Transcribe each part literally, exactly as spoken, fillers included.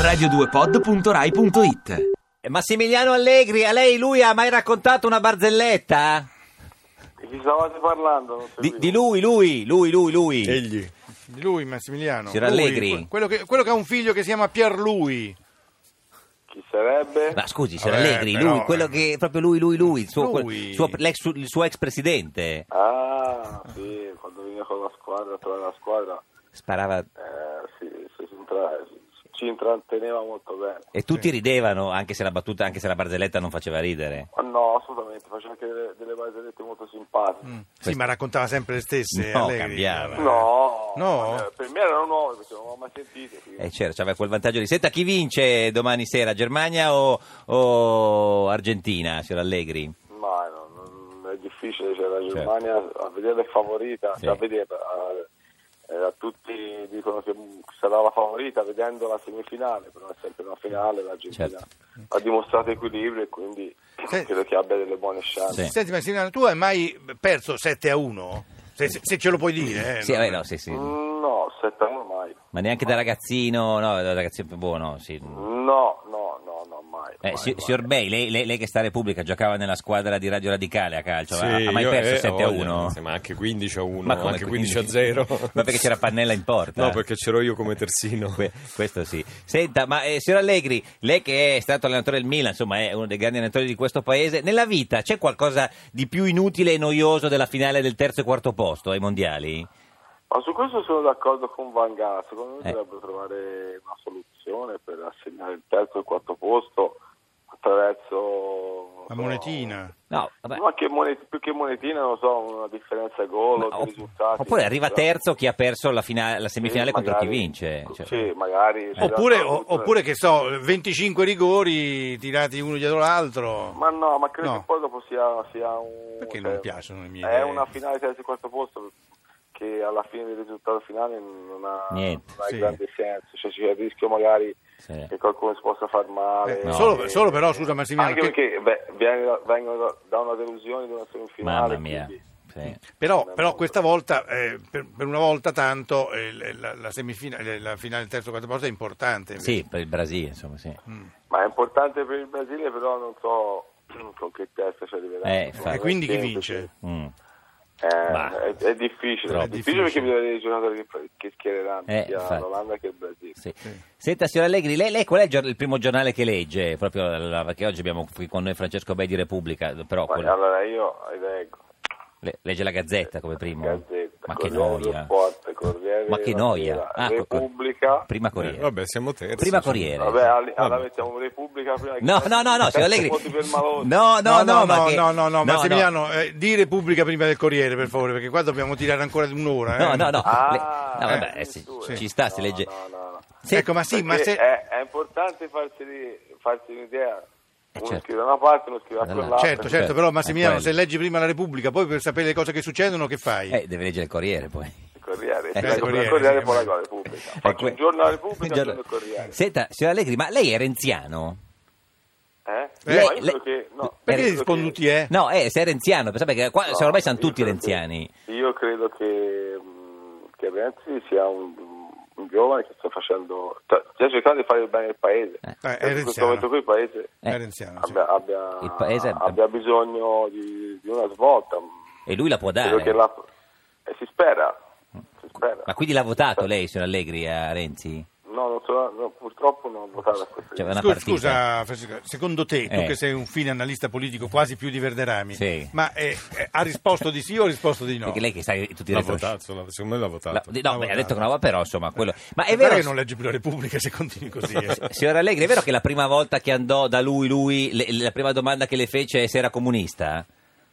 radio due pod punto rai punto it. Massimiliano Allegri, a lei lui ha mai raccontato una barzelletta? Di chi stavate parlando? Non Di, di lui, lui, lui, lui, lui. Egli. Di lui, Massimiliano. Signor Lui, Allegri. que- quello, che, quello che ha un figlio che si chiama Pierlui. Chi sarebbe? Ma scusi, signor Vabbè, Allegri, però, lui, quello eh. che proprio lui, lui, lui, il suo, Lui. suo- l'ex- il suo ex presidente. Ah, sì, quando veniva con la squadra, tra la squadra, Sparava eh, sì, si, si intra- ci intratteneva molto bene. e tutti ridevano, anche se la battuta, anche se la barzelletta non faceva ridere. Ma no, assolutamente, faceva anche delle, delle barzellette molto simpatiche. Mm. Sì, ma raccontava sempre le stesse. No, Allegri. cambiava. No, No? ma, eh, per me erano nuove perché non l'avevo mai sentite. quindi- Eh certo, c'aveva quel vantaggio di... Senta, chi vince domani sera, Germania o, o Argentina, signor Allegri? Ma non, non è difficile, cioè, la Germania a vedere è favorita, Sì. cioè, a vedere, a, eh, a tutti dicono che sarà la favorita vedendo la semifinale, però è sempre una finale, l'Argentina Certo. ha dimostrato equilibrio e quindi Sì. credo che abbia delle buone chance. Sì. Senti, Massimiliano, tu hai mai perso sette a uno? Se, se- se ce lo puoi dire. Eh, Sì, no? vabbè, no, sì, sì. Mm, No, sette a uno mai. Ma neanche da ragazzino, no, da ragazzino più buono, sì. No, no, no, no, mai. Eh, mai, si- mai. signor Bei, lei, lei- lei che sta a Repubblica giocava nella squadra di Radio Radicale a calcio, Sì, ha, ha mai io- perso eh, sette a voglia, uno? sì, ma anche quindici a uno, Ma come anche quindici a zero. Ma perché c'era Pannella in porta? No, perché c'ero io come terzino. Que- questo sì. Senta, ma eh, signor Allegri, lei che è stato allenatore del Milan, insomma è uno dei grandi allenatori di questo paese, nella vita c'è qualcosa di più inutile e noioso della finale del terzo e quarto posto ai mondiali? Ma su questo sono d'accordo con Van Gaal, secondo me Eh. dovrebbero trovare una soluzione per assegnare il terzo e il quarto posto attraverso... La non so, monetina. No, vabbè. Ma che monet- più che monetina, non so, una differenza gol o Ma- di risultati. Oppure arriva terzo chi ha perso la, fina- la semifinale Sì, contro magari- chi vince. Cioè, Sì, magari... Oppure, Sì, o- oppure che so, venticinque rigori tirati uno dietro l'altro. Ma no, ma credo No. che poi dopo sia, sia un... Perché cioè, non mi piacciono le mie È idee? una finale terzo e quarto posto che alla fine del risultato finale non ha, Niente. non ha Sì. grande senso, cioè c'è il rischio magari sì. che qualcuno si possa far male. Eh, No. solo, E- solo però, scusa Massimiliano, Anche che- perché beh, viene da- vengono da, da una delusione di una semifinale. Mamma mia. quindi- Sì. però, però questa volta, eh, per, per una volta tanto, eh, la, la semifinale, la finale del terzo quarto posto è importante. invece. Sì, per il Brasile, insomma, sì. Ma è importante per il Brasile, però non so con che testa ci arriverà. Eh, Insomma, infatti. E quindi chi non è vince? Mm. Eh, Bah. è, è difficile, Troppo. è difficile perché bisogna vedere i giocatori che, che schiereranno Eh, sia infatti. l'Olanda che il Brasile. Sì. Senta, signor Allegri, lei, lei qual è il, gior- il primo giornale che legge? Proprio la- perché oggi abbiamo qui con noi Francesco Bei di Repubblica, però Ma quello- allora io leggo le- legge la Gazzetta come primo? Gazzetta, Ma che Corriere dello noia. Sport, Corriere Ma che della noia. Sera, Ah, co- Repubblica. Prima Eh, Corriere. vabbè, siamo terzi. Prima insomma. Corriere. Vabbè, all- allora Vabbè. mettiamo Repubblica prima che No, no, no, no, signor Allegri. voti per Malone. No, no, no, ma no, che- no, no, no, no, Massimiliano, eh, di Repubblica prima del Corriere, per favore, perché qua dobbiamo tirare ancora di un'ora. No, eh. no, no. Ah, Le- no, vabbè, eh, eh, sì, addirittura. ci sta, si No, legge. no, no, no. Sì, Ecco, ma sì, ma Perché se... è, è importante farsi, farsi un'idea. Uno certo. scrive da una parte, uno scrive da Dall'altra. quell'altra. Certo, Certo, certo, però è Massimiliano, quello. se leggi prima la Repubblica, poi per sapere le cose che succedono, che fai? Eh, deve leggere il Corriere poi. Il Corriere, Eh, il Corriere, Corriere, sì, poi ma- la Repubblica. Eh, Faccio que- un giorno la Repubblica, un un giorno- giorno il Corriere. Senta, signor Allegri, ma lei è renziano? Eh? Eh, No, io lei- credo che, no, Perché io credo rispondi che- eh? No, eh, se è renziano, pensate che qua, no, se ormai siamo io tutti credo che- renziani. Io credo che, mh, che Renzi sia un, un giovane che sta facendo, sta, sta cercando di fare il bene al paese. Eh. Eh, è in questo renziano. momento qui il paese Eh. È renziano, sì. abbia, abbia, Il paese- abbia bisogno di, di una svolta. E lui la può Credo dare. che la, e si spera. Si spera. Ma quindi l'ha votato lei, signor Allegri, a Renzi? No, non so, no, purtroppo non ho votato a questo. Cioè, una Scusa, partita. scusa, Francesco, secondo te, tu Eh. che sei un fine analista politico quasi più di Verderami, Sì. ma eh, eh, ha risposto di sì o ha risposto di no? Perché lei che sa che tutti i L'ha retrosci- votato, l'ha- secondo me l'ha votato. La- di- L'ha no, beh, ha votato. detto che no, però insomma, quello. Ma è Guarda vero, che non leggi più la Repubblica se continui così. eh. signor Allegri, è vero che la prima volta che andò da lui, lui, le- la prima domanda che le fece è se era comunista?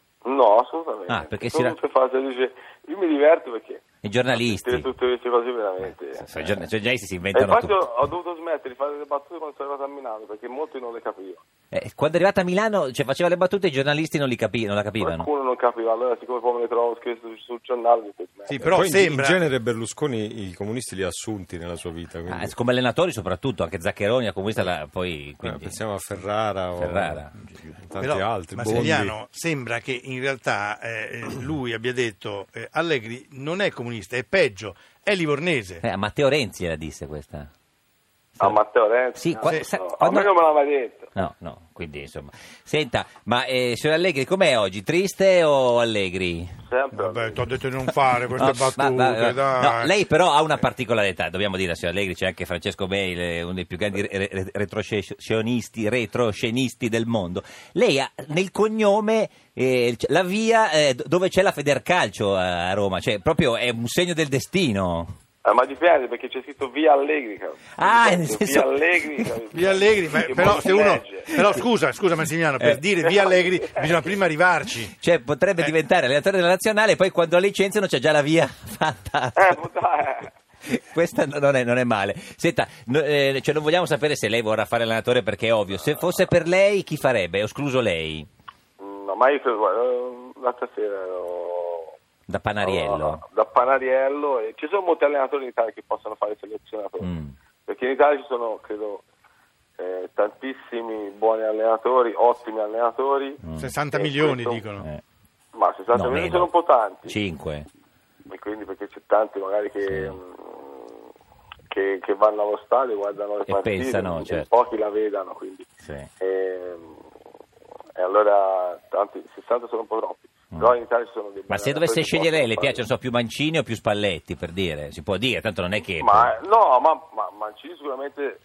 No, assolutamente. Ah, perché si Sono ra- tutte fasi, dice, io mi diverto perché I giornalisti. tutte, tutte queste cose veramente. Cioè, i giorn- cioè, i giornalisti si E inventano infatti tutto. ho, ho dovuto smettere di fare delle battute quando sono arrivato a Milano perché molti non le capivano. Eh, quando è arrivata a Milano, cioè, faceva le battute e i giornalisti non, li capi- non la capivano. Qualcuno non capiva, allora siccome poi me le trovo scritte sul, sul giornale dico smettere. Sì, però Poi in- sembra... in genere Berlusconi i comunisti li ha assunti nella sua vita. Quindi, Ah, come allenatori soprattutto, anche Zaccheroni, a comunista, la- poi eh, quindi, pensiamo a Ferrara o Ferrara. tanti Però, altri. Massimiliano, Bondi. sembra che in realtà eh, lui abbia detto eh, Allegri non è comunista, è peggio, è livornese. Eh, a Matteo Renzi la disse questa. A Matteo Renzi? Sì, qua- No, sa- no, quando- a me non me l'ha mai detto. No, no, quindi insomma. Senta, ma eh, signor Allegri, com'è oggi? Triste o allegri? Sempre. Vabbè, ti ho detto di non fare queste No, battute, ma- ma- dai. no, lei però ha una particolarità, dobbiamo dire, signor Allegri, c'è anche Francesco Mail, eh, uno dei più grandi re- re- retroscenisti, retroscenisti del mondo. Lei ha nel cognome eh, la via eh, dove c'è la Federcalcio a Roma, cioè proprio è un segno del destino. Eh, ma dipende perché c'è scritto via Allegri. Capito? Ah, nel Via senso- Allegri. capito? Via Allegri, ma- Che però poi se si uno legge. però scusa, scusa Massimiliano, per Eh. dire via Allegri bisogna prima arrivarci. Cioè potrebbe Eh. diventare allenatore della nazionale e poi quando la licenziano c'è già la via fatta. Eh, puttana, eh. Questa non è, non è male. Senta, no, eh, cioè non vogliamo sapere se lei vorrà fare allenatore perché è ovvio. Se fosse per lei, chi farebbe? Ho escluso lei. No, ma io credo, guarda, l'altra sera ero Da Panariello. no, da Panariello e ci sono molti allenatori in Italia che possono fare selezionatori. Mm. Perché in Italia ci sono, credo, eh, tantissimi buoni allenatori, ottimi allenatori. sessanta E milioni questo- dicono. Eh, Ma sessanta No, milioni meno. sono un po' tanti. cinque. E quindi perché c'è tanti magari che, Sì. mh, che, che vanno allo stadio, guardano le E partite, pensano, e certo. pochi la vedano, quindi. Sì. E, e allora tanti, sessanta sono un po' troppi. Però in Italia ci sono dei Mm. Ma se buoni dovesse allenatori che scegliere lei, le possono piace, non so, più Mancini o più Spalletti, per dire? Si può dire, tanto non è che... fare- Ma no, ma, ma Mancini sicuramente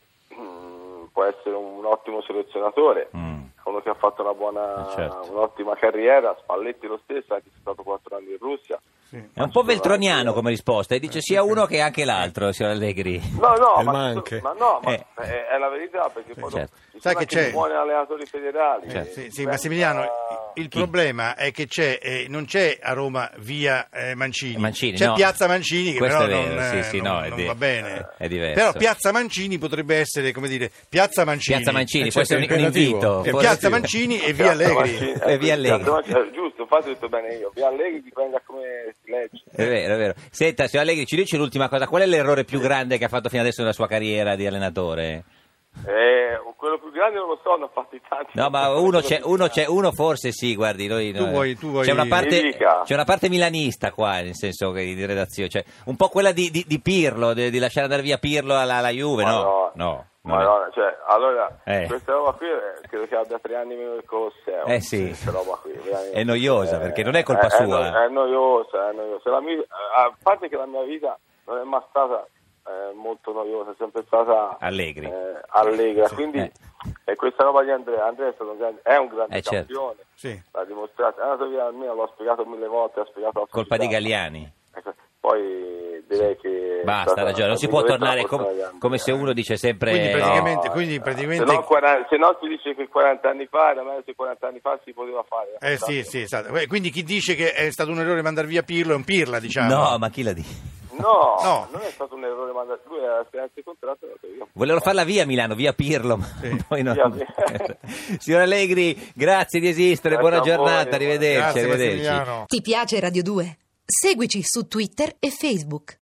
mh, può essere un ottimo selezionatore. Mm. Uno che ha fatto una buona, Eh, certo. un'ottima carriera, Spalletti lo stesso, anche se è stato quattro anni in Russia. È un po' veltroniano come risposta, e dice sia uno che anche l'altro, signor Allegri. No, no, E ma, manche. ma no, ma Eh. è, è la verità perché poi certo. ci Sai sono che anche c'è? dei buoni allenatori federali. Eh, Eh, sì, sì, diventa- Massimiliano, il Chi? problema è che c'è, eh, non c'è a Roma via eh, Mancini, Mancini, c'è no. Piazza Mancini che Questo però è vero, non, sì, eh, sì, non- no, è non di- va bene. è diverso. Però Piazza Mancini potrebbe essere, come dire, Piazza Mancini. Piazza Mancini, Eh, può certo, essere un, un imperativo. invito. Eh, forse- Piazza Mancini e via Piazza Allegri. Mancini, E via Piazza Allegri. Mancini, eh, giusto, infatti ho detto bene io, via Allegri dipende da come si legge. È vero, è vero. Senta, signor Allegri, ci dice l'ultima cosa. Qual è l'errore più grande che ha fatto fino adesso nella sua carriera di allenatore? Eh, quello più grande non lo so, ne ho fatti tanti. No, ma uno c'è, uno c'è, uno forse sì, guardi, noi, Tu noi- vuoi- tu vuoi- c'è una parte, Mi dica. c'è una parte milanista qua, nel senso che di redazione, cioè un po' quella di, di, di Pirlo, di, di lasciare andare via Pirlo alla, alla Juve, no? No, non è- Madonna, cioè, allora, Eh. questa roba qui eh, credo che abbia tre anni meno del Colosseo. Eh sì. Questa roba qui, veramente. È noiosa, perché non è colpa è, sua. È, no- è noiosa, è noiosa. La mia- a parte che la mia vita non è mai stata eh, molto noiosa, è sempre stata Allegri. eh, allegra, quindi Eh. e questa roba di Andrea, Andrea è, stato un grande, è un grande Eh, certo. campione, Sì. l'ha dimostrato, è andato via almeno, l'ho spiegato mille volte, l'ha spiegato alla Colpa di società. Galliani. Ecco, poi direi che è Basta, ha stata- ragione, non si tra può virgolette, tornare la come, fortuna di Andrea. come se uno dice sempre... Quindi praticamente- No, quindi eh, praticamente- se no, quaranta se no si dice che quaranta anni fa era meglio se quaranta anni fa si poteva fare. Eh sì, sì, esatto. Eh, Quindi chi dice che è stato un errore mandare via Pirlo è un pirla, diciamo. No, ma chi la dice? No, No. non è stato un errore mandare lui era speranza di contratto e l'ho detto io. Volevo farla via a Milano, via Pirlo, ma poi no. Via, via. Signor Allegri, grazie di esistere, Grazie buona a voi. giornata, arrivederci, Grazie arrivederci. Massimiliano. Ti piace Radio due? Seguici su Twitter e Facebook.